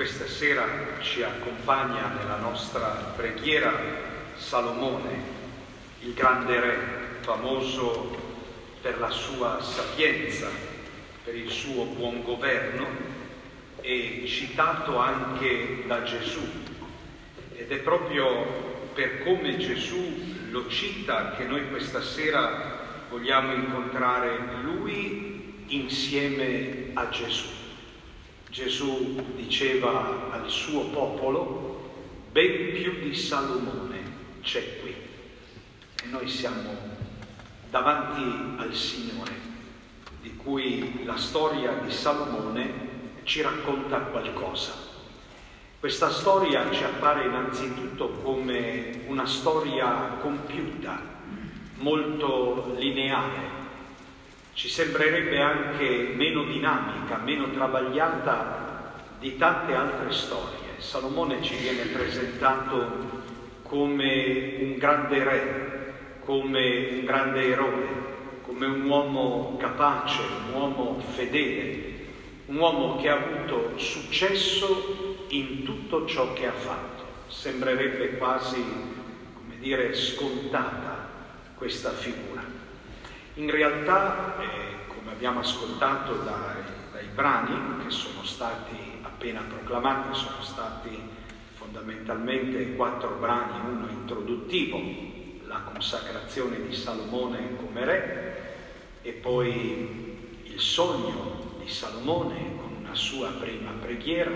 questa sera ci accompagna nella nostra preghiera Salomone, il grande re, famoso per la sua sapienza, per il suo buon governo e citato anche da Gesù. Ed è proprio per come Gesù lo cita che noi questa sera vogliamo incontrare Lui insieme a Gesù. Gesù diceva al suo popolo: ben più di Salomone c'è qui. E noi siamo davanti al Signore, di cui la storia di Salomone ci racconta qualcosa. Questa storia ci appare innanzitutto come una storia compiuta, molto lineare. Ci sembrerebbe anche meno dinamica, meno travagliata di tante altre storie. Salomone ci viene presentato come un grande re, come un grande eroe, come un uomo capace, un uomo fedele, un uomo che ha avuto successo in tutto ciò che ha fatto. Sembrerebbe quasi, scontata questa figura. In realtà, come abbiamo ascoltato dai brani che sono stati appena proclamati, sono stati fondamentalmente 4 brani, uno introduttivo, la consacrazione di Salomone come re, e poi il sogno di Salomone con una sua prima preghiera,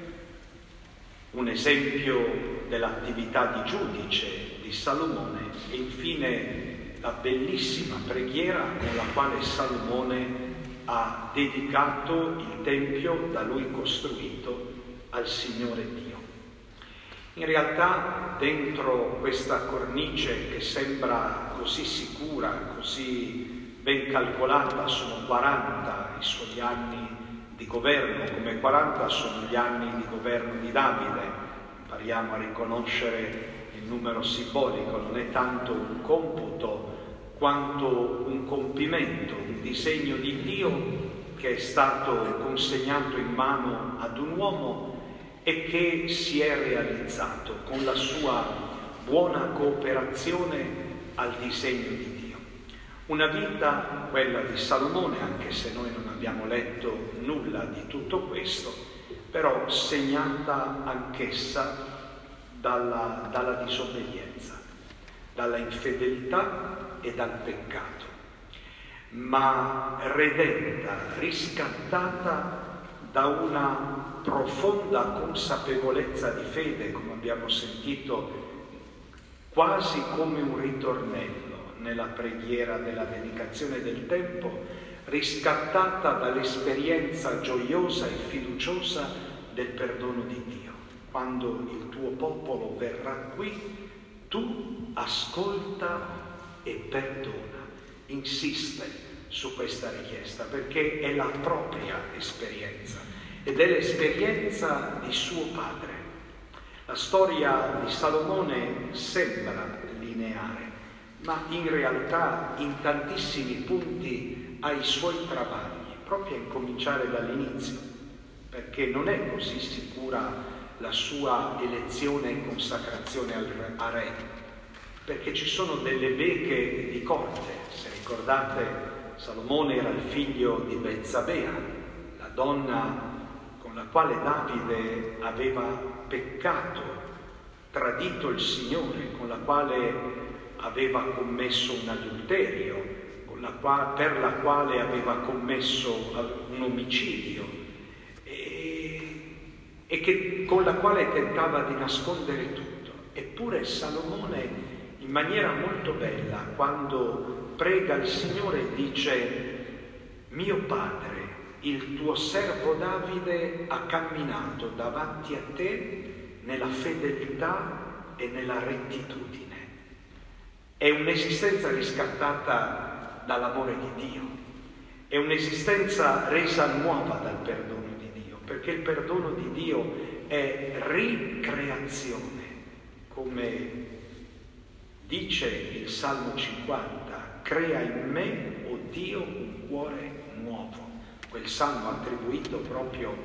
un esempio dell'attività di giudice di Salomone e infine la bellissima preghiera con la quale Salomone ha dedicato il tempio da lui costruito al Signore Dio. In realtà, dentro questa cornice che sembra così sicura, così ben calcolata, sono 40 i suoi anni di governo, come 40 sono gli anni di governo di Davide. Impariamo a riconoscere il numero simbolico, non è tanto un computo quanto un compimento, un disegno di Dio che è stato consegnato in mano ad un uomo e che si è realizzato con la sua buona cooperazione al disegno di Dio. Una vita, quella di Salomone, anche se noi non abbiamo letto nulla di tutto questo, però segnata anch'essa dalla disobbedienza, dalla infedeltà e dal peccato, ma redenta, riscattata da una profonda consapevolezza di fede, come abbiamo sentito, quasi come un ritornello nella preghiera della dedicazione del tempo, riscattata dall'esperienza gioiosa e fiduciosa del perdono di Dio. Quando il tuo popolo verrà qui, tu ascolta e perdona. Insiste su questa richiesta perché è la propria esperienza ed è l'esperienza di suo padre. La storia di Salomone sembra lineare, ma in realtà in tantissimi punti ha i suoi travagli, proprio a incominciare dall'inizio, perché non è così sicura la sua elezione e consacrazione a re, perché ci sono delle beghe di corte. Se ricordate, Salomone era il figlio di Bezzabea, la donna con la quale Davide aveva peccato, tradito il Signore, con la quale aveva commesso un adulterio, per la quale aveva commesso un omicidio e con la quale tentava di nascondere tutto. Eppure Salomone, in maniera molto bella, quando prega il Signore, dice: mio padre, il tuo servo Davide ha camminato davanti a te nella fedeltà e nella rettitudine. È un'esistenza riscattata dall'amore di Dio, è un'esistenza resa nuova dal perdono di Dio, perché il perdono di Dio è ricreazione, come dice il Salmo 50, crea in me, o Dio, un cuore nuovo. Quel salmo attribuito proprio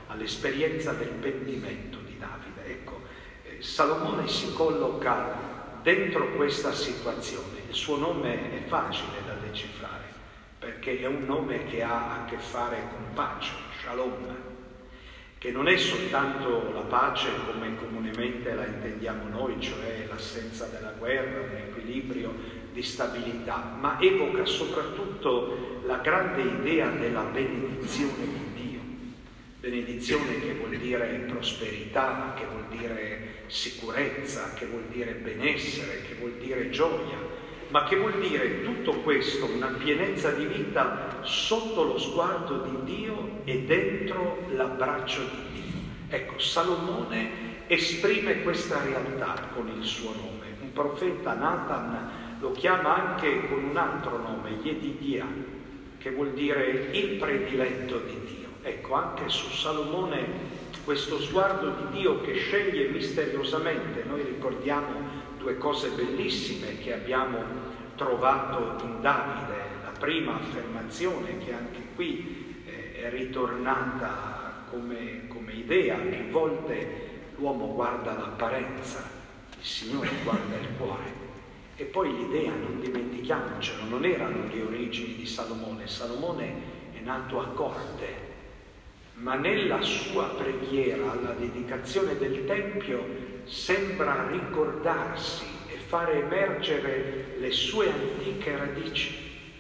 all'esperienza del pentimento di Davide. Ecco, Salomone si colloca dentro questa situazione. Il suo nome è facile da decifrare, perché è un nome che ha a che fare con pace, Shalom, che non è soltanto la pace come comunemente la intendiamo noi, cioè l'assenza della guerra, un equilibrio di stabilità, ma evoca soprattutto la grande idea della benedizione di Dio. Benedizione che vuol dire prosperità, che vuol dire sicurezza, che vuol dire benessere, che vuol dire gioia, ma che vuol dire tutto questo, una pienezza di vita sotto lo sguardo di Dio e dentro l'abbraccio di Dio. Ecco, Salomone esprime questa realtà con il suo nome. Un profeta, Nathan, lo chiama anche con un altro nome, Yedidia, che vuol dire il prediletto di Dio. Ecco, anche su Salomone questo sguardo di Dio che sceglie misteriosamente. Noi ricordiamo due cose bellissime che abbiamo trovato in Davide. La prima affermazione, che anche qui è ritornata come idea, più volte l'uomo guarda l'apparenza, il Signore guarda il cuore. E poi l'idea, non dimentichiamocelo, non erano le origini di Salomone. Salomone è nato a corte, ma nella sua preghiera alla dedicazione del Tempio sembra ricordarsi e fare emergere le sue antiche radici.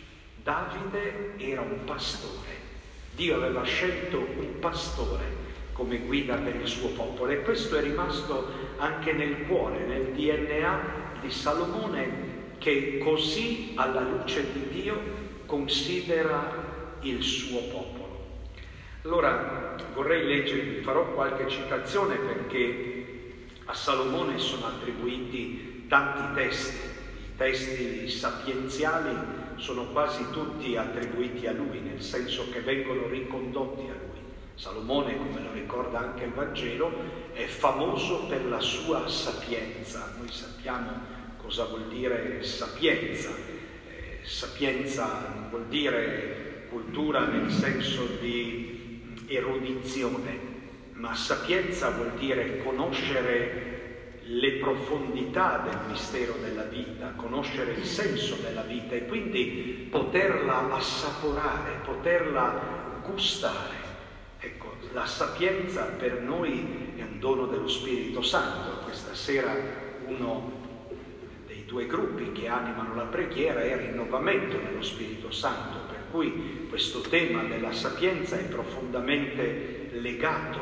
Davide era un pastore. Dio aveva scelto un pastore come guida per il suo popolo, e questo è rimasto anche nel cuore, nel DNA di Salomone, che così alla luce di Dio considera il suo popolo. Allora vorrei leggervi, farò qualche citazione perché a Salomone sono attribuiti tanti testi. I testi sapienziali sono quasi tutti attribuiti a lui, nel senso che vengono ricondotti a lui. Salomone, come lo ricorda anche il Vangelo, è famoso per la sua sapienza. Noi sappiamo cosa vuol dire sapienza. Sapienza non vuol dire cultura nel senso di erudizione, ma sapienza vuol dire conoscere le profondità del mistero della vita, conoscere il senso della vita e quindi poterla assaporare, poterla gustare. Ecco, la sapienza per noi è un dono dello Spirito Santo. Questa sera uno dei due gruppi che animano la preghiera è il rinnovamento dello Spirito Santo, per cui questo tema della sapienza è profondamente legato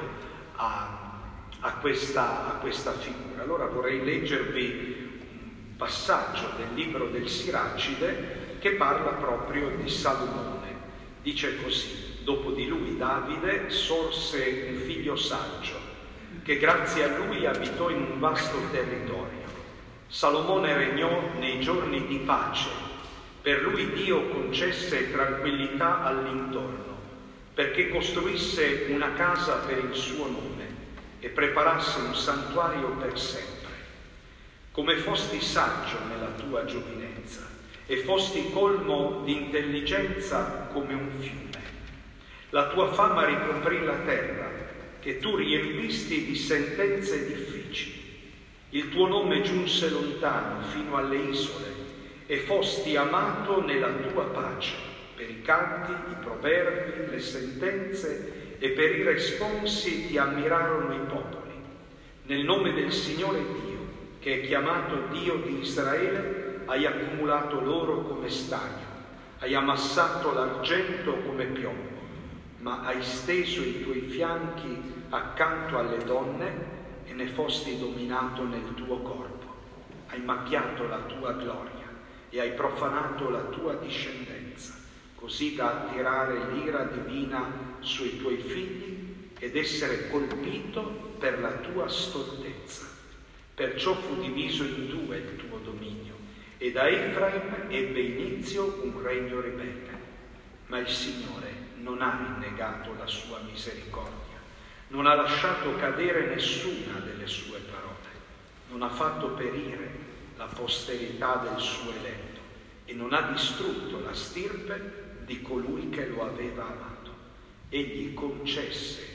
a questa figura. Allora vorrei leggervi un passaggio del libro del Siracide che parla proprio di Salomone. Dice così: dopo di lui, Davide, sorse un figlio saggio, che grazie a lui abitò in un vasto territorio. Salomone regnò nei giorni di pace. Per lui Dio concesse tranquillità all'intorno, perché costruisse una casa per il suo nome e preparasse un santuario per sempre. Come fosti saggio nella tua giovinezza e fosti colmo di intelligenza come un fiume. La tua fama ricoprì la terra, che tu riempisti di sentenze difficili. Il tuo nome giunse lontano fino alle isole e fosti amato nella tua pace, per i canti, i proverbi, le sentenze e per i responsi ti ammirarono i popoli. Nel nome del Signore Dio, che è chiamato Dio di Israele, hai accumulato l'oro come stagno, hai ammassato l'argento come piombo, ma hai steso i tuoi fianchi accanto alle donne e ne fosti dominato nel tuo corpo. Hai macchiato la tua gloria e hai profanato la tua discendenza, così da attirare l'ira divina sui tuoi figli ed essere colpito per la tua stoltezza. Perciò fu diviso in due il tuo dominio, e da Efraim ebbe inizio un regno ribelle. Ma il Signore non ha rinnegato la sua misericordia, non ha lasciato cadere nessuna delle sue parole, non ha fatto perire la posterità del suo eletto e non ha distrutto la stirpe di colui che lo aveva amato. Egli concesse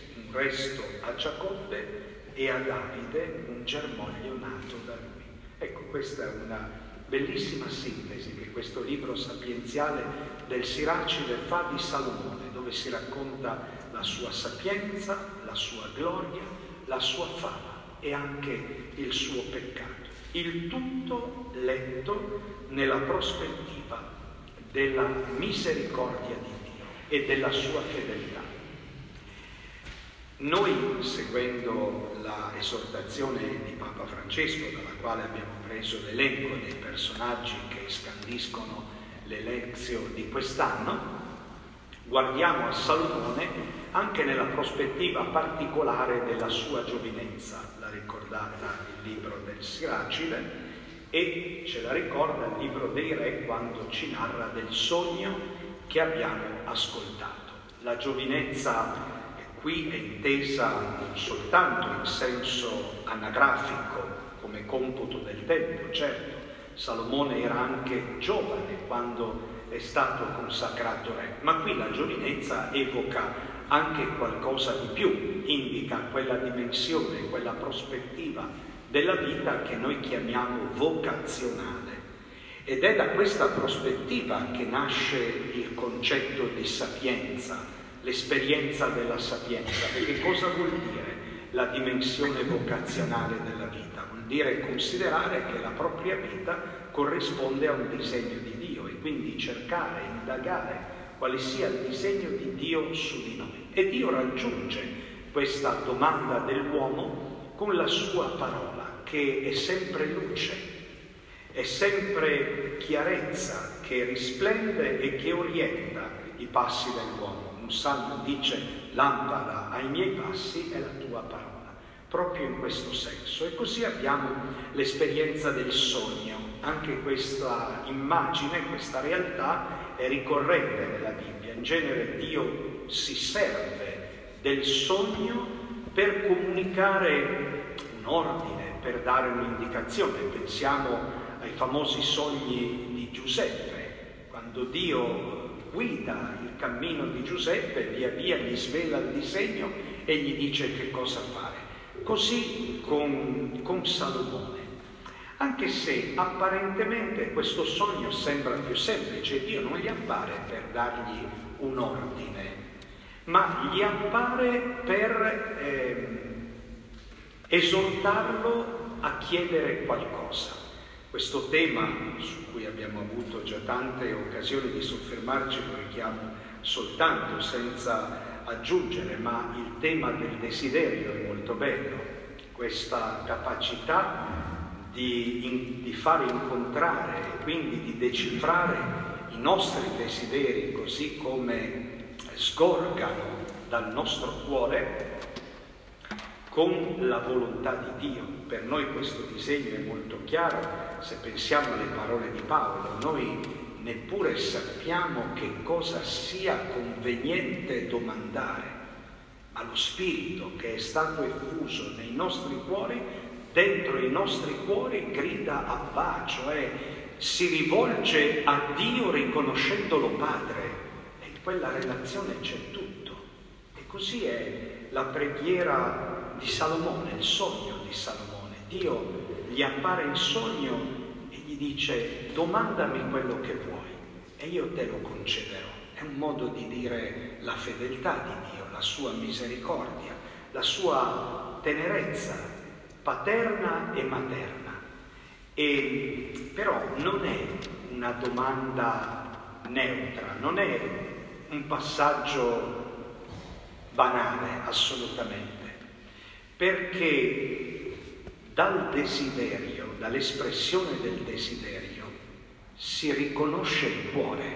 un resto a Giacobbe e a Davide un germoglio nato da lui. Ecco, questa è una bellissima sintesi che questo libro sapienziale del Siracide fa di Salomone, dove si racconta la sua sapienza, la sua gloria, la sua fama e anche il suo peccato. Il tutto letto nella prospettiva della misericordia di Dio e della sua fedeltà. Noi, seguendo la esortazione di Papa Francesco, dalla quale abbiamo preso l'elenco dei personaggi che scandiscono le lezioni di quest'anno, guardiamo a Salomone anche nella prospettiva particolare della sua giovinezza. L'ha ricordata il libro del Siracide e ce la ricorda il libro dei Re quando ci narra del sogno che abbiamo ascoltato. La giovinezza qui è intesa non soltanto in senso anagrafico, come computo del tempo, certo, Salomone era anche giovane quando è stato consacrato re, ma qui la giovinezza evoca anche qualcosa di più, indica quella dimensione, quella prospettiva della vita che noi chiamiamo vocazionale. Ed è da questa prospettiva che nasce il concetto di sapienza, l'esperienza della sapienza. Perché cosa vuol dire la dimensione vocazionale della vita? Vuol dire considerare che la propria vita corrisponde a un disegno di Dio e quindi cercare, indagare quale sia il disegno di Dio su di noi. E Dio raggiunge questa domanda dell'uomo con la sua parola, che è sempre luce, è sempre chiarezza, che risplende e che orienta i passi dell'uomo. Un salmo dice: lampada ai miei passi è la tua parola, proprio in questo senso. E così abbiamo l'esperienza del sogno. Anche questa immagine, questa realtà è ricorrente nella Bibbia. In genere Dio si serve del sogno per comunicare un ordine, per dare un'indicazione. Pensiamo ai famosi sogni di Giuseppe, quando Dio guida il cammino di Giuseppe, via via gli svela il disegno e gli dice che cosa fare. Così con Salomone. Anche se apparentemente questo sogno sembra più semplice, Dio non gli appare per dargli un ordine, ma gli appare per esortarlo a chiedere qualcosa. Questo tema, su cui abbiamo avuto già tante occasioni di soffermarci, lo richiamo soltanto senza aggiungere, ma il tema del desiderio è molto bello, questa capacità di far incontrare e quindi di decifrare i nostri desideri così come sgorgano dal nostro cuore con la volontà di Dio. Per noi questo disegno è molto chiaro. Se pensiamo alle parole di Paolo, noi neppure sappiamo che cosa sia conveniente domandare, ma lo Spirito che è stato effuso nei nostri cuori, dentro i nostri cuori, grida Abba, cioè si rivolge a Dio riconoscendolo Padre, e in quella relazione c'è tutto. E così è la preghiera di Salomone, il sogno di Salomone. Dio gli appare in sogno e gli dice: domandami quello che vuoi e io te lo concederò. È un modo di dire la fedeltà di Dio, la sua misericordia, la sua tenerezza paterna e materna. E però non è una domanda neutra, non è un passaggio banale, assolutamente, perché dal desiderio, dall'espressione del desiderio, si riconosce il cuore.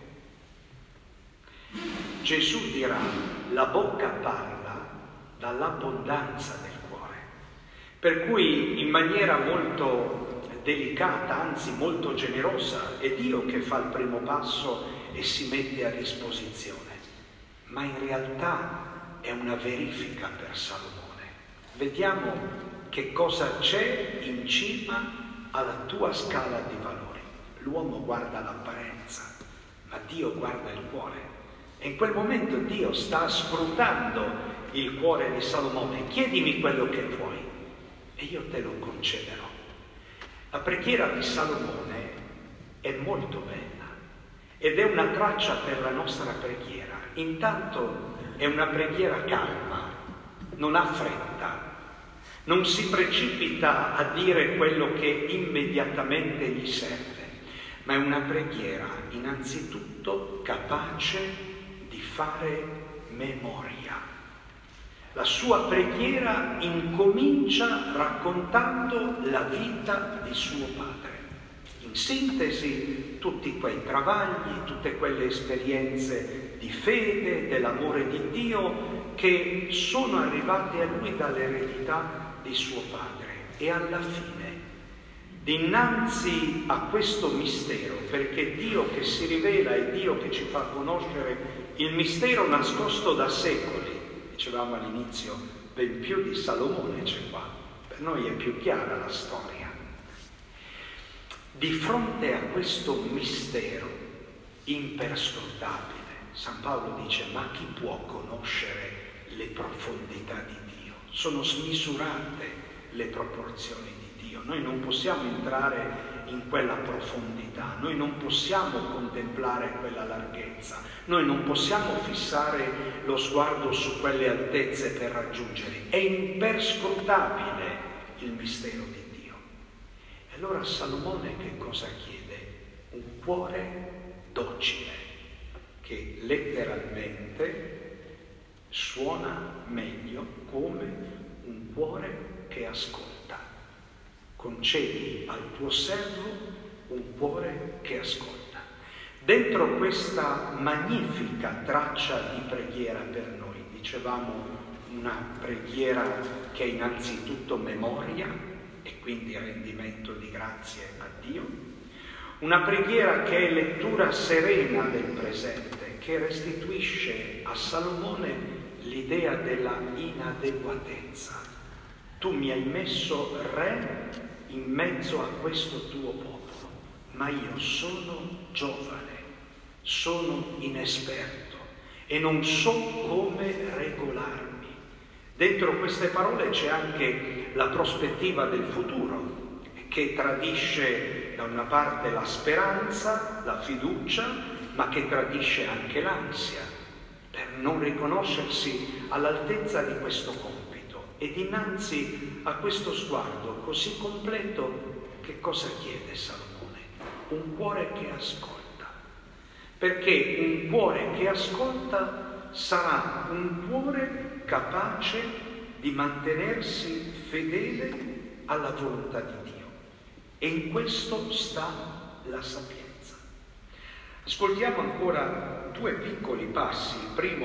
Gesù dirà: la bocca parla dall'abbondanza del cuore. Per cui in maniera molto delicata, anzi molto generosa, è Dio che fa il primo passo e si mette a disposizione. Ma in realtà è una verifica per Salomone. Vediamo che cosa c'è in cima alla tua scala di valori. L'uomo guarda l'apparenza, ma Dio guarda il cuore. E in quel momento Dio sta scrutando il cuore di Salomone: chiedimi quello che vuoi e io te lo concederò. La preghiera di Salomone è molto bella ed è una traccia per la nostra preghiera. Intanto è una preghiera calma, non ha fretta, non si precipita a dire quello che immediatamente gli serve, ma è una preghiera innanzitutto capace di fare memoria. La sua preghiera incomincia raccontando la vita di suo padre. In sintesi, tutti quei travagli, tutte quelle esperienze di fede, dell'amore di Dio che sono arrivate a lui dall'eredità di suo padre. E alla fine, dinanzi a questo mistero, perché Dio che si rivela è Dio che ci fa conoscere il mistero nascosto da secoli, dicevamo all'inizio, ben più di Salomone c'è qua, per noi è più chiara la storia. Di fronte a questo mistero imperscrutabile, San Paolo dice: ma chi può conoscere le profondità di Dio? Sono smisurate le proporzioni di Dio. Noi non possiamo entrare in quella profondità, noi non possiamo contemplare quella larghezza, noi non possiamo fissare lo sguardo su quelle altezze per raggiungerli. È imperscrutabile il mistero di Dio. E allora Salomone che cosa chiede? Un cuore docile, che letteralmente suona meglio come un cuore che ascolta. Concedi al tuo servo un cuore che ascolta. Dentro questa magnifica traccia di preghiera per noi, dicevamo una preghiera che è innanzitutto memoria e quindi rendimento di grazie a Dio, una preghiera che è lettura serena del presente, che restituisce a Salomone l'idea della inadeguatezza. Tu mi hai messo re in mezzo a questo tuo popolo, ma io sono giovane, sono inesperto e non so come regolarmi. Dentro queste parole c'è anche la prospettiva del futuro, che tradisce da una parte la speranza, la fiducia, ma che tradisce anche l'ansia, per non riconoscersi all'altezza di questo compito. E dinanzi a questo sguardo così completo, che cosa chiede Salomone? Un cuore che ascolta. Perché un cuore che ascolta sarà un cuore capace di mantenersi fedele alla volontà di Dio. E in questo sta la sapienza. Ascoltiamo ancora due piccoli passi. Il primo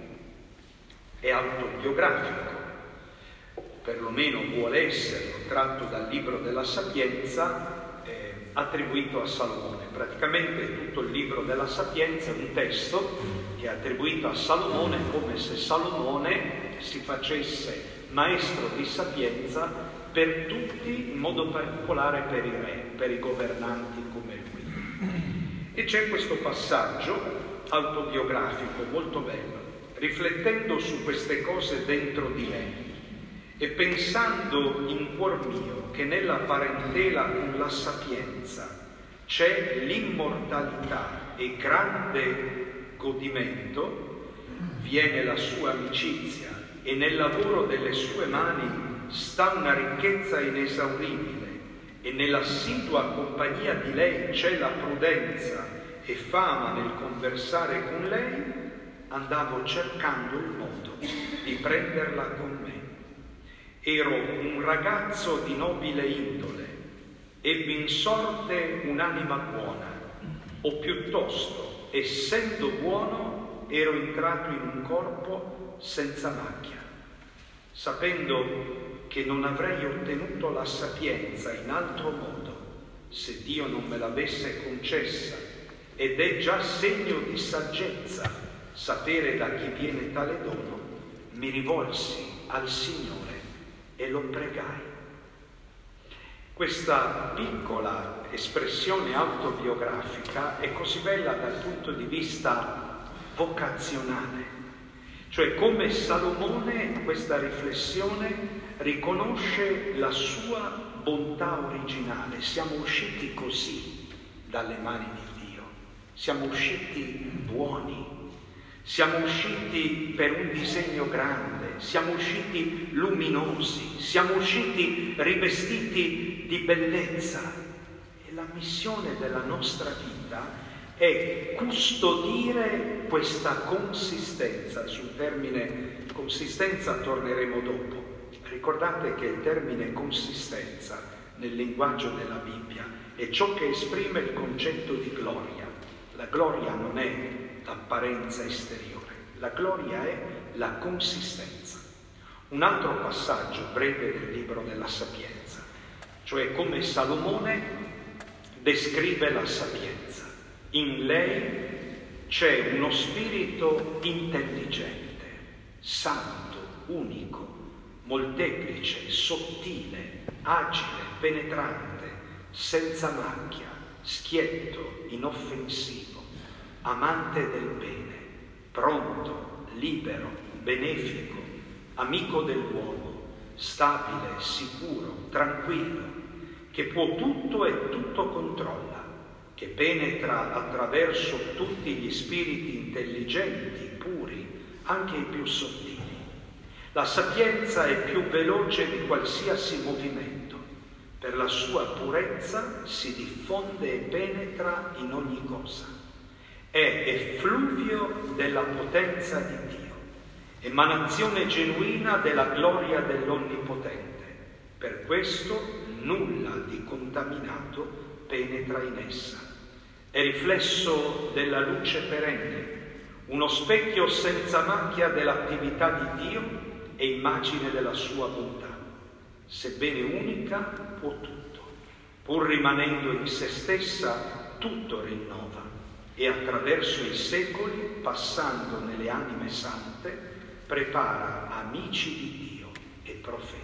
è autobiografico, perlomeno vuole esserlo, tratto dal libro della Sapienza, attribuito a Salomone. Praticamente tutto il libro della Sapienza è un testo che è attribuito a Salomone, come se Salomone si facesse maestro di sapienza per tutti, in modo particolare per i re, per i governanti come lui. E c'è questo passaggio autobiografico molto bello: riflettendo su queste cose dentro di me e pensando in cuor mio che nella parentela con la sapienza c'è l'immortalità e grande godimento, viene la sua amicizia e nel lavoro delle sue mani sta una ricchezza inesauribile e nell'assidua compagnia di lei c'è la prudenza e fama nel conversare con lei, andavo cercando il modo di prenderla con me. Ero un ragazzo di nobile indole, ebbi in sorte un'anima buona, o piuttosto, essendo buono, ero entrato in un corpo senza macchia, sapendo che non avrei ottenuto la sapienza in altro modo se Dio non me l'avesse concessa, ed è già segno di saggezza sapere da chi viene tale dono, mi rivolsi al Signore e lo pregai. Questa piccola espressione autobiografica è così bella dal punto di vista vocazionale, Cioè, come Salomone, questa riflessione riconosce la sua bontà originale. Siamo usciti così dalle mani di Dio, siamo usciti buoni, siamo usciti per un disegno grande, siamo usciti luminosi, siamo usciti rivestiti di bellezza. E la missione della nostra vita è custodire questa consistenza. Sul termine consistenza torneremo dopo. Ricordate che il termine consistenza nel linguaggio della Bibbia è ciò che esprime il concetto di gloria. La gloria non è l'apparenza esteriore, la gloria è la consistenza. Un altro passaggio breve del libro della Sapienza, cioè come Salomone descrive la sapienza. In lei c'è uno spirito intelligente, santo, unico, molteplice, sottile, agile, penetrante, senza macchia, schietto, inoffensivo, amante del bene, pronto, libero, benefico, amico dell'uomo, stabile, sicuro, tranquillo, che può tutto e tutto controlla, che penetra attraverso tutti gli spiriti intelligenti, puri, anche i più sottili. La sapienza è più veloce di qualsiasi movimento. Per la sua purezza si diffonde e penetra in ogni cosa. È effluvio della potenza di Dio, emanazione genuina della gloria dell'Onnipotente. Per questo nulla di contaminato penetra in essa. È riflesso della luce perenne, uno specchio senza macchia dell'attività di Dio e immagine della sua bontà. Sebbene unica, può tutto. Pur rimanendo in se stessa, tutto rinnova e attraverso i secoli, passando nelle anime sante, prepara amici di Dio e profeti.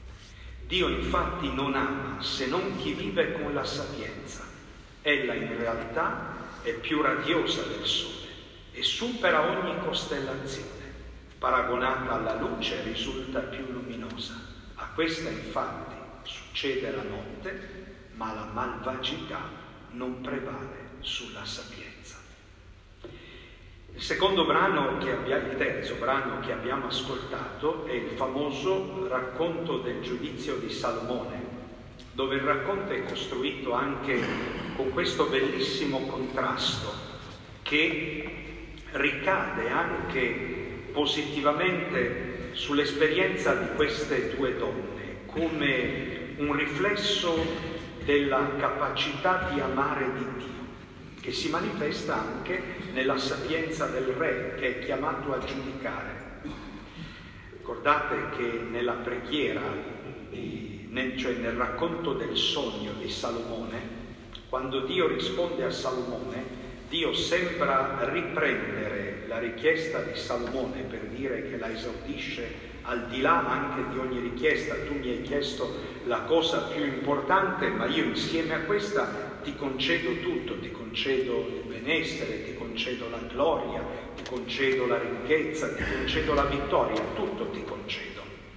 Dio infatti non ama se non chi vive con la sapienza. Ella in realtà è più radiosa del sole e supera ogni costellazione. Paragonata alla luce risulta più luminosa. A questa infatti succede la notte, ma la malvagità non prevale sulla sapienza. Il terzo brano che abbiamo ascoltato è il famoso racconto del giudizio di Salomone, dove il racconto è costruito anche con questo bellissimo contrasto che ricade anche positivamente sull'esperienza di queste due donne, come un riflesso della capacità di amare di Dio, che si manifesta anche nella sapienza del re, che è chiamato a giudicare. Ricordate che nella preghiera, cioè nel racconto del sogno di Salomone, quando Dio risponde a Salomone, Dio sembra riprendere la richiesta di Salomone per dire che la esaudisce al di là anche di ogni richiesta. Tu mi hai chiesto la cosa più importante, ma io insieme a questa ti concedo tutto, ti concedo il benessere, ti concedo la gloria, ti concedo la ricchezza, ti concedo la vittoria, tutto ti concedo.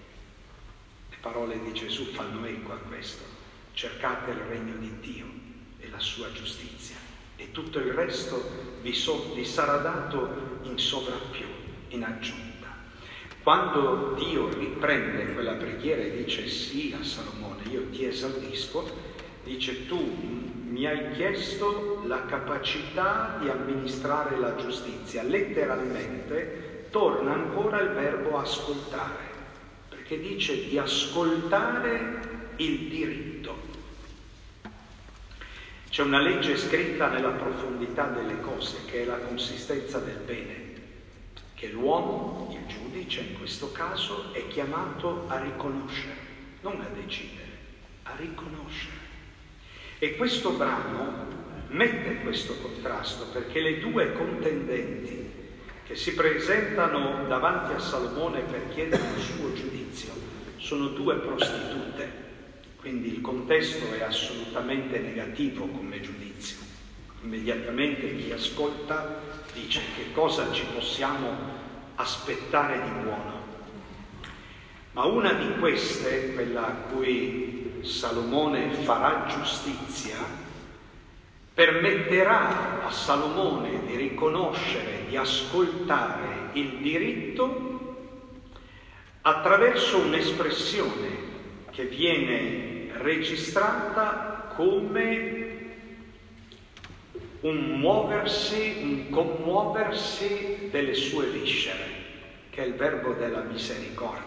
Le parole di Gesù fanno eco a questo: cercate il regno di Dio e la sua giustizia, e tutto il resto vi sarà dato in sovrappiù, in aggiunta. Quando Dio riprende quella preghiera e dice sì a Salomone, io ti esaudisco, dice tu mi hai chiesto la capacità di amministrare la giustizia. Letteralmente torna ancora il verbo ascoltare, perché dice di ascoltare il diritto. C'è una legge scritta nella profondità delle cose, che è la consistenza del bene, che l'uomo, il giudice in questo caso, è chiamato a riconoscere, non a decidere, a riconoscere. E questo brano mette questo contrasto, perché le due contendenti che si presentano davanti a Salomone per chiedere il suo giudizio sono due prostitute. Quindi il contesto è assolutamente negativo come giudizio. Immediatamente chi ascolta dice: che cosa ci possiamo aspettare di buono. Ma una di queste, quella a cui Salomone farà giustizia, permetterà a Salomone di riconoscere, di ascoltare il diritto attraverso un'espressione che viene registrata come un muoversi, un commuoversi delle sue viscere, che è il verbo della misericordia.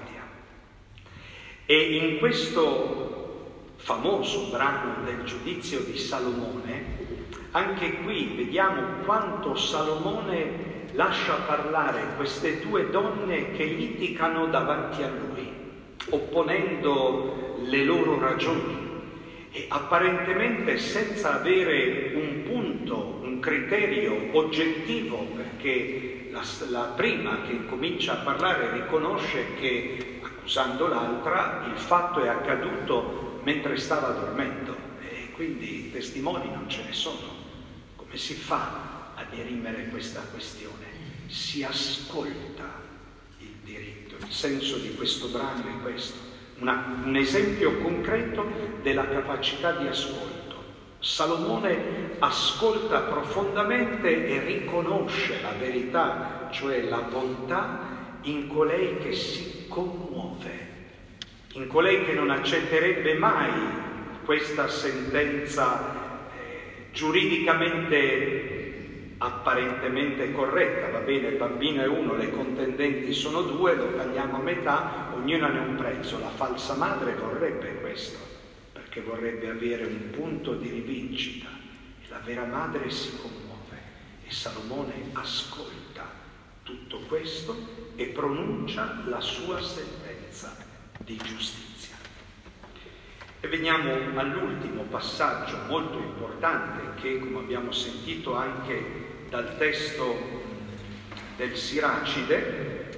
E in questo famoso brano del giudizio di Salomone, anche qui vediamo quanto Salomone lascia parlare queste due donne che litigano davanti a lui, opponendo le loro ragioni e apparentemente senza avere un punto, un criterio oggettivo, perché la prima che comincia a parlare riconosce che, accusando l'altra, il fatto è accaduto mentre stava dormendo e quindi testimoni non ce ne sono. Come si fa a dirimere questa questione? Si ascolta il diritto. Il senso di questo brano è questo. Un esempio concreto della capacità di ascolto. Salomone ascolta profondamente e riconosce la verità, cioè la bontà, in colei che si commuove, in colei che non accetterebbe mai questa sentenza giuridicamente apparentemente corretta. Va bene, il bambino è uno, le contendenti sono due, lo tagliamo a metà, ognuna ne ha un prezzo. La falsa madre vorrebbe questo, perché vorrebbe avere un punto di rivincita, e la vera madre si commuove, e Salomone ascolta tutto questo e pronuncia la sua sentenza di giustizia. E veniamo all'ultimo passaggio molto importante che, come abbiamo sentito anche dal testo del Siracide,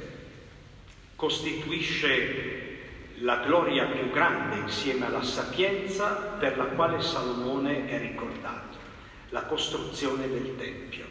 costituisce la gloria più grande insieme alla sapienza per la quale Salomone è ricordato, la costruzione del Tempio.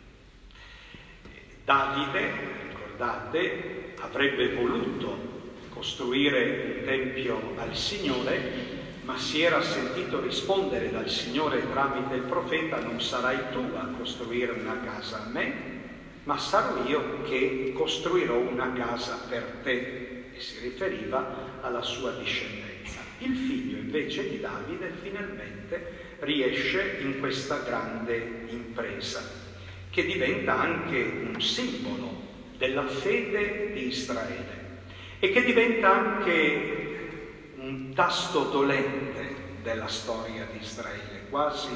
Davide, ricordate, avrebbe voluto costruire un tempio al Signore, ma si era sentito rispondere dal Signore tramite il profeta: non sarai tu a costruire una casa a me, ma sarò io che costruirò una casa per te. E si riferiva alla sua discendenza. Il figlio invece di Davide finalmente riesce in questa grande impresa, che diventa anche un simbolo della fede di Israele e che diventa anche un tasto dolente della storia di Israele, quasi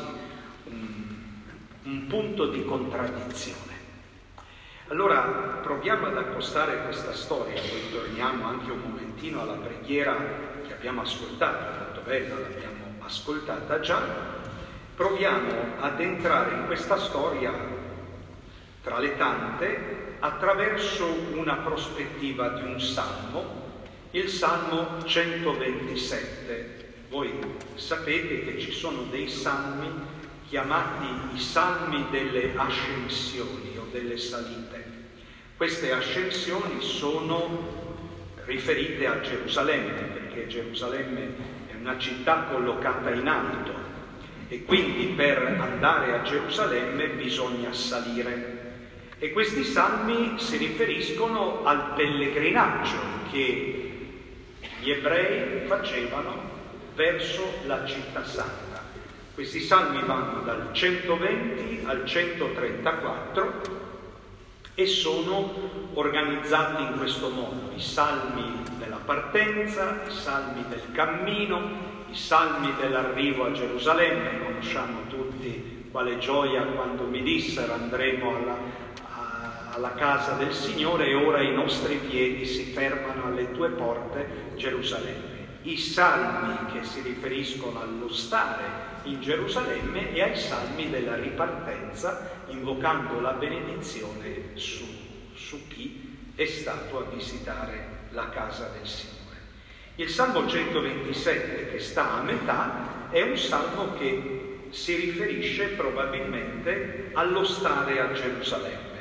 un punto di contraddizione. Allora proviamo ad accostare questa storia, poi torniamo anche un momentino alla preghiera che abbiamo ascoltato, molto bella, l'abbiamo ascoltata già. Proviamo ad entrare in questa storia, tra le tante, attraverso una prospettiva di un salmo, il Salmo 127. Voi sapete che ci sono dei salmi chiamati i salmi delle ascensioni o delle salite. Queste ascensioni sono riferite a Gerusalemme, perché Gerusalemme è una città collocata in alto e quindi per andare a Gerusalemme bisogna salire. E questi salmi si riferiscono al pellegrinaggio che gli ebrei facevano verso la città santa. Questi salmi vanno dal 120 al 134 e sono organizzati in questo modo: i salmi della partenza, i salmi del cammino, i salmi dell'arrivo a Gerusalemme. Conosciamo tutti quale gioia quando mi dissero: andremo alla casa del Signore e ora i nostri piedi si fermano alle tue porte, Gerusalemme. I salmi che si riferiscono allo stare in Gerusalemme e ai salmi della ripartenza, invocando la benedizione su chi è stato a visitare la casa del Signore. Il Salmo 127, che sta a metà, è un salmo che si riferisce probabilmente allo stare a Gerusalemme.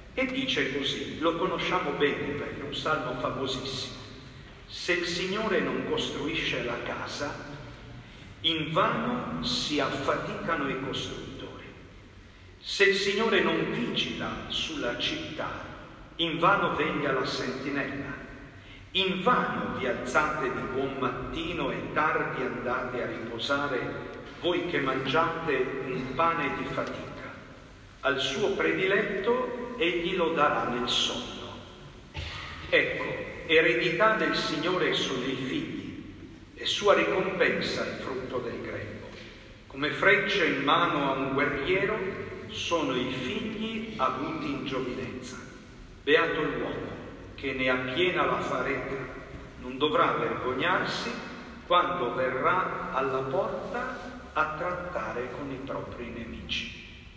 E dice così, lo conosciamo bene perché è un salmo famosissimo: se il Signore non costruisce la casa, invano si affaticano i costruttori. Se il Signore non vigila sulla città, invano veglia la sentinella. Invano vi alzate di buon mattino e tardi andate a riposare, voi che mangiate un pane di fatica. Al suo prediletto egli lo darà nel sonno. Ecco, eredità del Signore sono i figli, e sua ricompensa il frutto del grembo. Come frecce in mano a un guerriero sono i figli avuti in giovinezza. Beato l'uomo che ne appiena la fareta, non dovrà vergognarsi quando verrà alla porta a trattare con i propri nemici.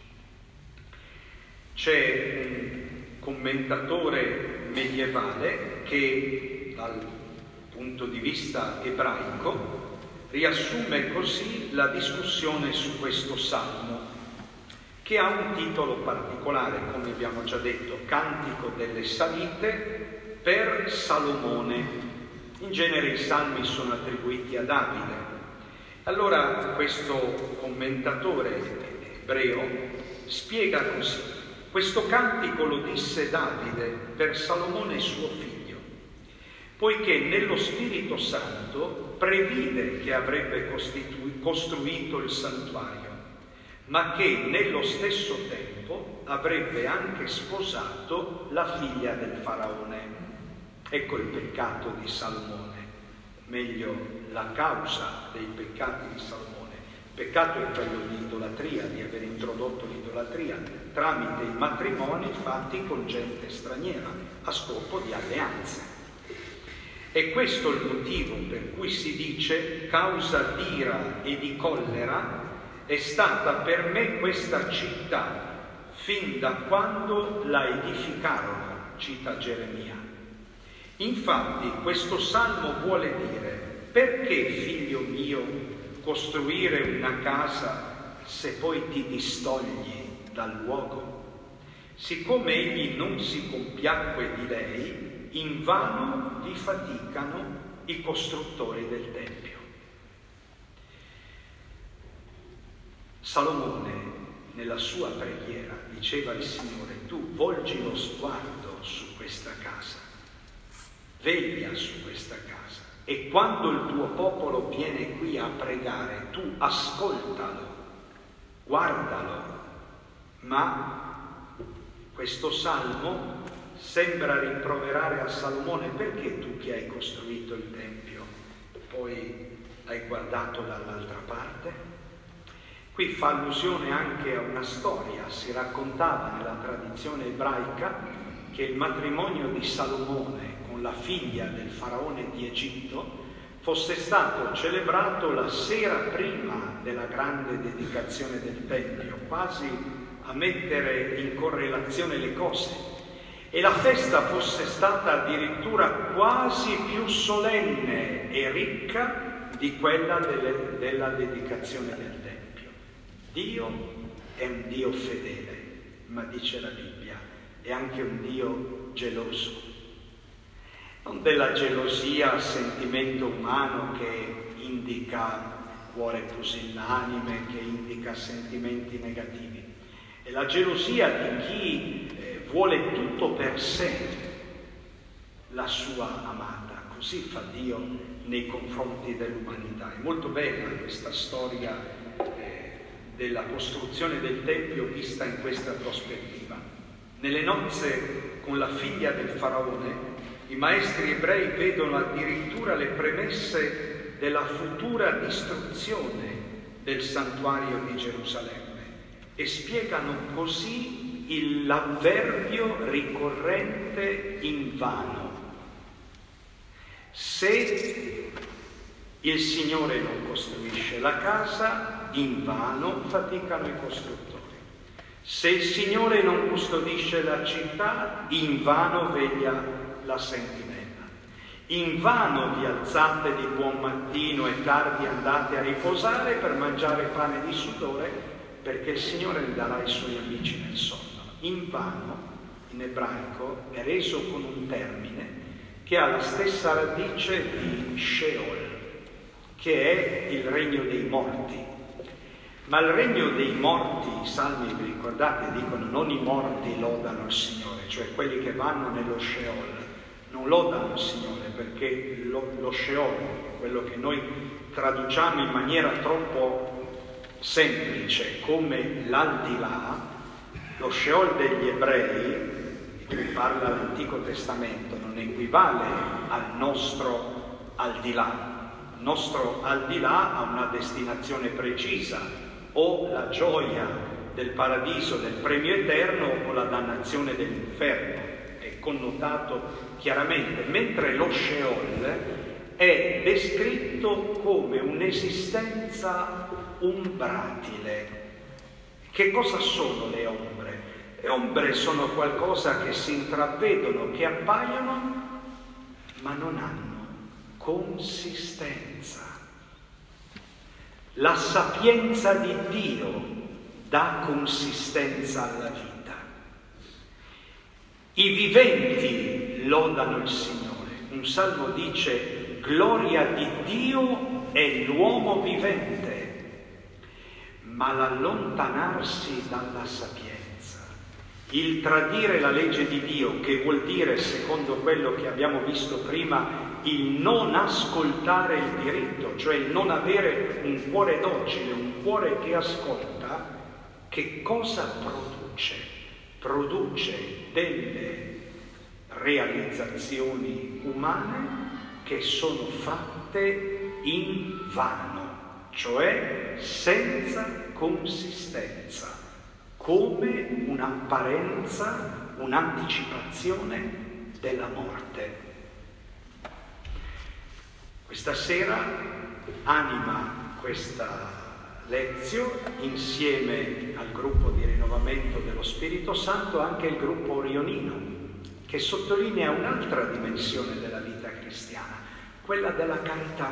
C'è un commentatore medievale che, dal punto di vista ebraico, riassume così la discussione su questo salmo, che ha un titolo particolare, come abbiamo già detto, Cantico delle Salite per Salomone. In genere i salmi sono attribuiti a Davide. Allora questo commentatore ebreo spiega così: questo cantico lo disse Davide per Salomone suo figlio, poiché nello Spirito Santo previde che avrebbe costruito il santuario, ma che nello stesso tempo avrebbe anche sposato la figlia del faraone. Ecco il peccato di Salomone, meglio la causa dei peccati di Salomone. Il peccato è quello di idolatria, di aver introdotto l'idolatria tramite i matrimoni fatti con gente straniera a scopo di alleanze. E questo è il motivo per cui si dice: causa d'ira e di collera è stata per me questa città fin da quando la edificarono, cita Geremia. Infatti questo salmo vuole dire: perché, figlio mio, costruire una casa se poi ti distogli dal luogo? Siccome egli non si compiacque di lei, invano vi faticano i costruttori del Tempio. Salomone, nella sua preghiera, diceva al Signore: tu volgi lo sguardo su questa casa, veglia su questa casa, e quando il tuo popolo viene qui a pregare, tu ascoltalo, guardalo. Ma questo salmo sembra rimproverare a Salomone: perché tu che hai costruito il Tempio poi hai guardato dall'altra parte? Qui fa allusione anche a una storia. Si raccontava nella tradizione ebraica che il matrimonio di Salomone con la figlia del faraone di Egitto fosse stato celebrato la sera prima della grande dedicazione del Tempio, quasi a mettere in correlazione le cose, e la festa fosse stata addirittura quasi più solenne e ricca di quella della dedicazione del Tempio. Dio è un Dio fedele, ma dice la Bibbia, è anche un Dio geloso. Non della gelosia, sentimento umano che indica cuore pusillanime, che indica sentimenti negativi. È la gelosia di chi vuole tutto per sé la sua amata. Così fa Dio nei confronti dell'umanità. È molto bella questa storia della costruzione del Tempio vista in questa prospettiva. Nelle nozze con la figlia del faraone, i maestri ebrei vedono addirittura le premesse della futura distruzione del santuario di Gerusalemme e spiegano così l'avverbio ricorrente invano. Se il Signore non costruisce la casa, invano faticano i costruttori. Se il Signore non custodisce la città, invano veglia la sentinella. Invano vi alzate di buon mattino e tardi andate a riposare per mangiare pane di sudore, perché il Signore ne darà ai suoi amici nel sonno. Invano in ebraico è reso con un termine che ha la stessa radice di Sheol, che è il regno dei morti. Ma il regno dei morti, i salmi, vi ricordate, dicono non i morti lodano il Signore, cioè quelli che vanno nello Sheol non lodano il Signore, perché lo Sheol, quello che noi traduciamo in maniera troppo semplice come l'aldilà, lo Sheol degli ebrei, di cui parla l'Antico Testamento, non equivale al nostro aldilà. Il nostro aldilà ha una destinazione precisa, o la gioia del paradiso, del premio eterno, o la dannazione dell'inferno, è connotato chiaramente, mentre lo Sheol è descritto come un'esistenza umbratile. Che cosa sono le ombre? Le ombre sono qualcosa che si intravedono, che appaiono, ma non hanno consistenza. La sapienza di Dio dà consistenza alla vita. I viventi lodano il Signore. Un salmo dice: gloria di Dio è l'uomo vivente, ma l'allontanarsi dalla sapienza, il tradire la legge di Dio, che vuol dire, secondo quello che abbiamo visto prima, il non ascoltare il diritto, cioè il non avere un cuore docile, un cuore che ascolta, che cosa produce? Produce delle realizzazioni umane che sono fatte in vano, cioè senza consistenza, come un'apparenza, un'anticipazione della morte. Questa sera anima questa lezione insieme al gruppo di rinnovamento dello Spirito Santo anche il gruppo orionino, che sottolinea un'altra dimensione della vita cristiana, quella della carità,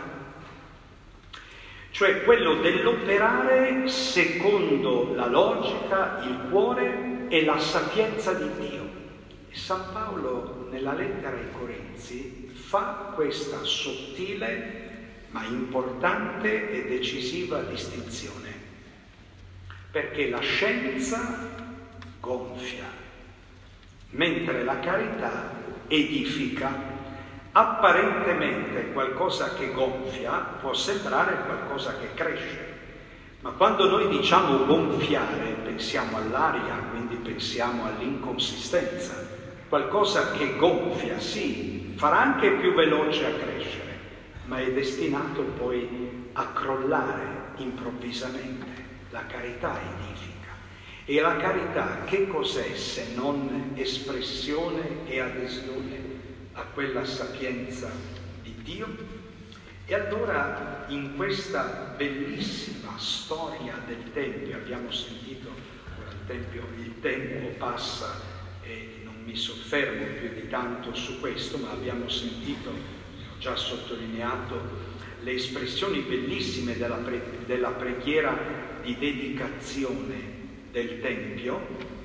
cioè quello dell'operare secondo la logica, il cuore e la sapienza di Dio. E San Paolo nella lettera ai Corinzi fa questa sottile ma importante e decisiva distinzione, perché la scienza gonfia, mentre la carità edifica. Apparentemente qualcosa che gonfia può sembrare qualcosa che cresce, ma quando noi diciamo gonfiare pensiamo all'aria, quindi pensiamo all'inconsistenza. Qualcosa che gonfia, sì, farà anche più veloce a crescere, ma è destinato poi a crollare improvvisamente. La carità edifica. E la carità che cos'è se non espressione e adesione a quella sapienza di Dio? E allora in questa bellissima storia del Tempio, abbiamo sentito il tempo passa e non mi soffermo più di tanto su questo, ma abbiamo sentito, ho già sottolineato, le espressioni bellissime della preghiera di dedicazione del Tempio.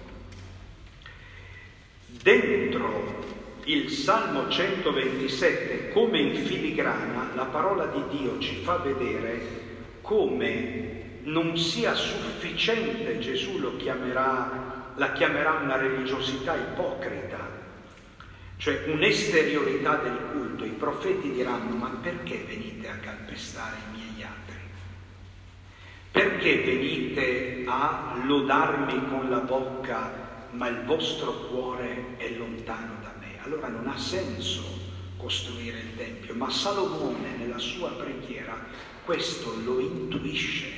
Dentro il Salmo 127, come in filigrana, la parola di Dio ci fa vedere come non sia sufficiente, Gesù la chiamerà una religiosità ipocrita, cioè un'esteriorità del culto. I profeti diranno: ma perché venite a calpestare i miei atri? Perché venite a lodarmi con la bocca, ma il vostro cuore è lontano da me? Allora non ha senso costruire il Tempio, ma Salomone nella sua preghiera questo lo intuisce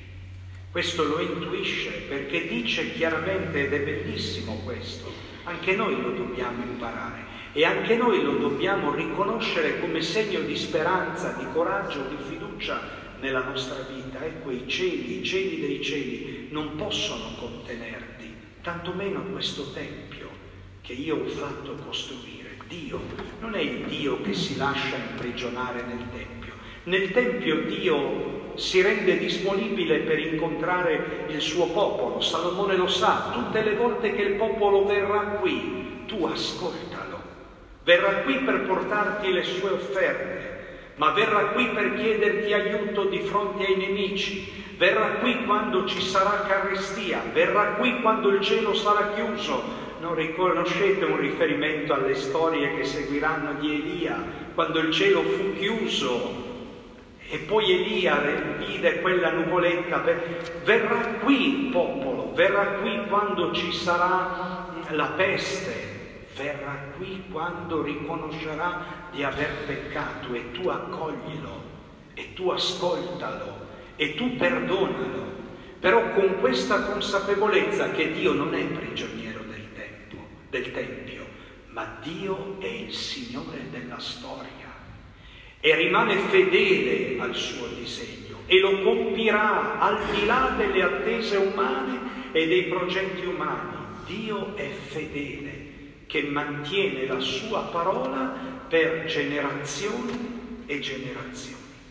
perché dice chiaramente, ed è bellissimo questo, anche noi lo dobbiamo imparare e anche noi lo dobbiamo riconoscere come segno di speranza, di coraggio, di fiducia nella nostra vita. Ecco, i cieli dei cieli non possono contenerti, tantomeno questo Tempio che io ho fatto costruire. Dio non è il Dio che si lascia imprigionare nel Tempio. Nel Tempio Dio si rende disponibile per incontrare il suo popolo. Salomone lo sa, tutte le volte che il popolo verrà qui, tu ascoltalo. Verrà qui per portarti le sue offerte, ma verrà qui per chiederti aiuto di fronte ai nemici. Verrà qui quando ci sarà carestia, verrà qui quando il cielo sarà chiuso. Non riconoscete un riferimento alle storie che seguiranno di Elia, quando il cielo fu chiuso e poi Elia vide quella nuvoletta? Verrà qui, popolo, verrà qui quando ci sarà la peste, verrà qui quando riconoscerà di aver peccato, e tu accoglilo, e tu ascoltalo, e tu perdonalo, però con questa consapevolezza che Dio non è prigioniero del Tempio, ma Dio è il Signore della storia e rimane fedele al suo disegno e lo compirà al di là delle attese umane e dei progetti umani. Dio è fedele, che mantiene la sua parola per generazioni e generazioni.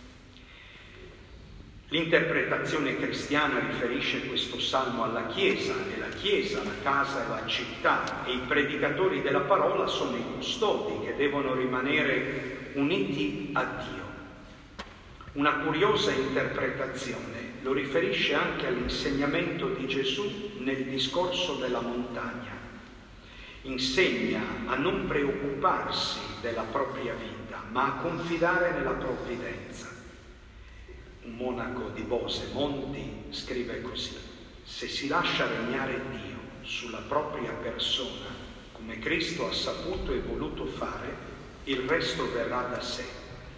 L'interpretazione cristiana riferisce questo salmo alla Chiesa, e la Chiesa, la casa e la città, e i predicatori della parola sono i custodi che devono rimanere uniti a Dio. Una curiosa interpretazione lo riferisce anche all'insegnamento di Gesù nel discorso della montagna. Insegna a non preoccuparsi della propria vita, ma a confidare nella provvidenza. Un monaco di Bose, Monti, scrive così: se si lascia regnare Dio sulla propria persona, come Cristo ha saputo e voluto fare, il resto verrà da sé.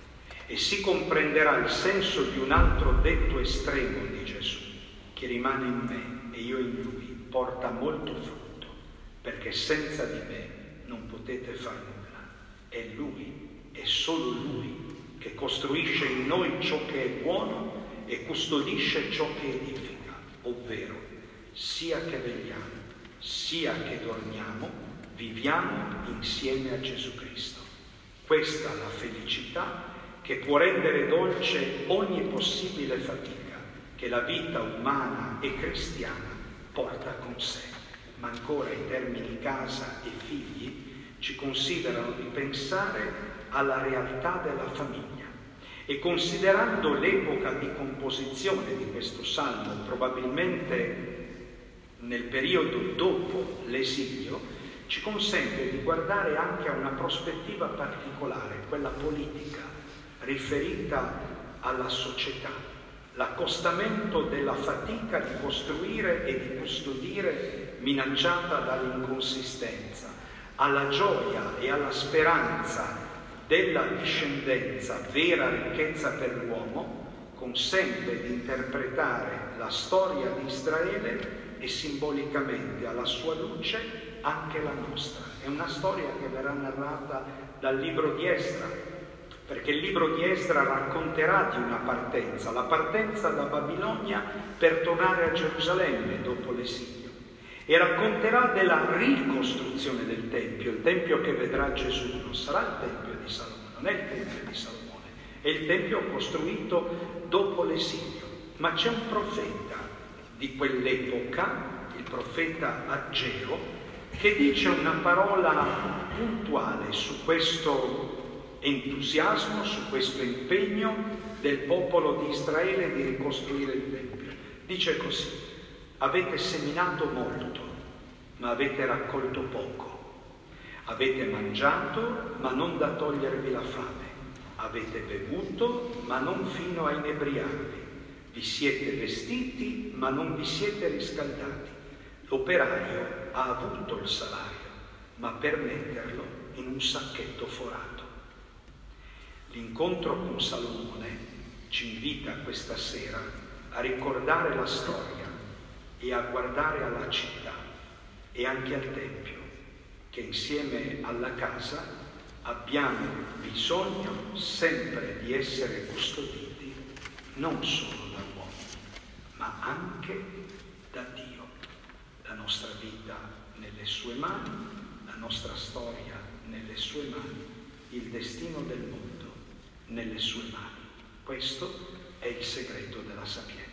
E si comprenderà il senso di un altro detto estremo di Gesù: chi rimane in me e io in lui porta molto frutto, perché senza di me non potete far nulla. È Lui, è solo Lui, che costruisce in noi ciò che è buono e custodisce ciò che edifica, ovvero sia che vegliamo, sia che dormiamo, viviamo insieme a Gesù Cristo. Questa è la felicità che può rendere dolce ogni possibile fatica che la vita umana e cristiana porta con sé. Ma ancora i termini casa e figli ci considerano di pensare alla realtà della famiglia. E considerando l'epoca di composizione di questo salmo, probabilmente nel periodo dopo l'esilio, ci consente di guardare anche a una prospettiva particolare, quella politica, riferita alla società, l'accostamento della fatica di costruire e di custodire minacciata dall'inconsistenza, alla gioia e alla speranza della discendenza, vera ricchezza per l'uomo, consente di interpretare la storia di Israele e simbolicamente alla sua luce anche la nostra. È una storia che verrà narrata dal libro di Esdra, perché il libro di Esdra racconterà di una partenza, la partenza da Babilonia per tornare a Gerusalemme dopo l'esilio, e racconterà della ricostruzione del Tempio, il Tempio che vedrà Gesù. Non sarà il Tempio di Salomone, non è il Tempio di Salomone, è il Tempio costruito dopo l'esilio. Ma c'è un profeta di quell'epoca, il profeta Aggeo, che dice una parola puntuale su questo entusiasmo, su questo impegno del popolo di Israele di ricostruire il Tempio. Dice così: avete seminato molto, ma avete raccolto poco. Avete mangiato, ma non da togliervi la fame. Avete bevuto, ma non fino a inebriarvi. Vi siete vestiti, ma non vi siete riscaldati. L'operaio ha avuto il salario, ma per metterlo in un sacchetto forato. L'incontro con Salomone ci invita questa sera a ricordare la storia e a guardare alla città e anche al Tempio, che insieme alla casa abbiamo bisogno sempre di essere custoditi non solo dall'uomo, ma anche da Dio. La nostra vita nelle sue mani, la nostra storia nelle sue mani, il destino del mondo nelle sue mani. Questo è il segreto della sapienza.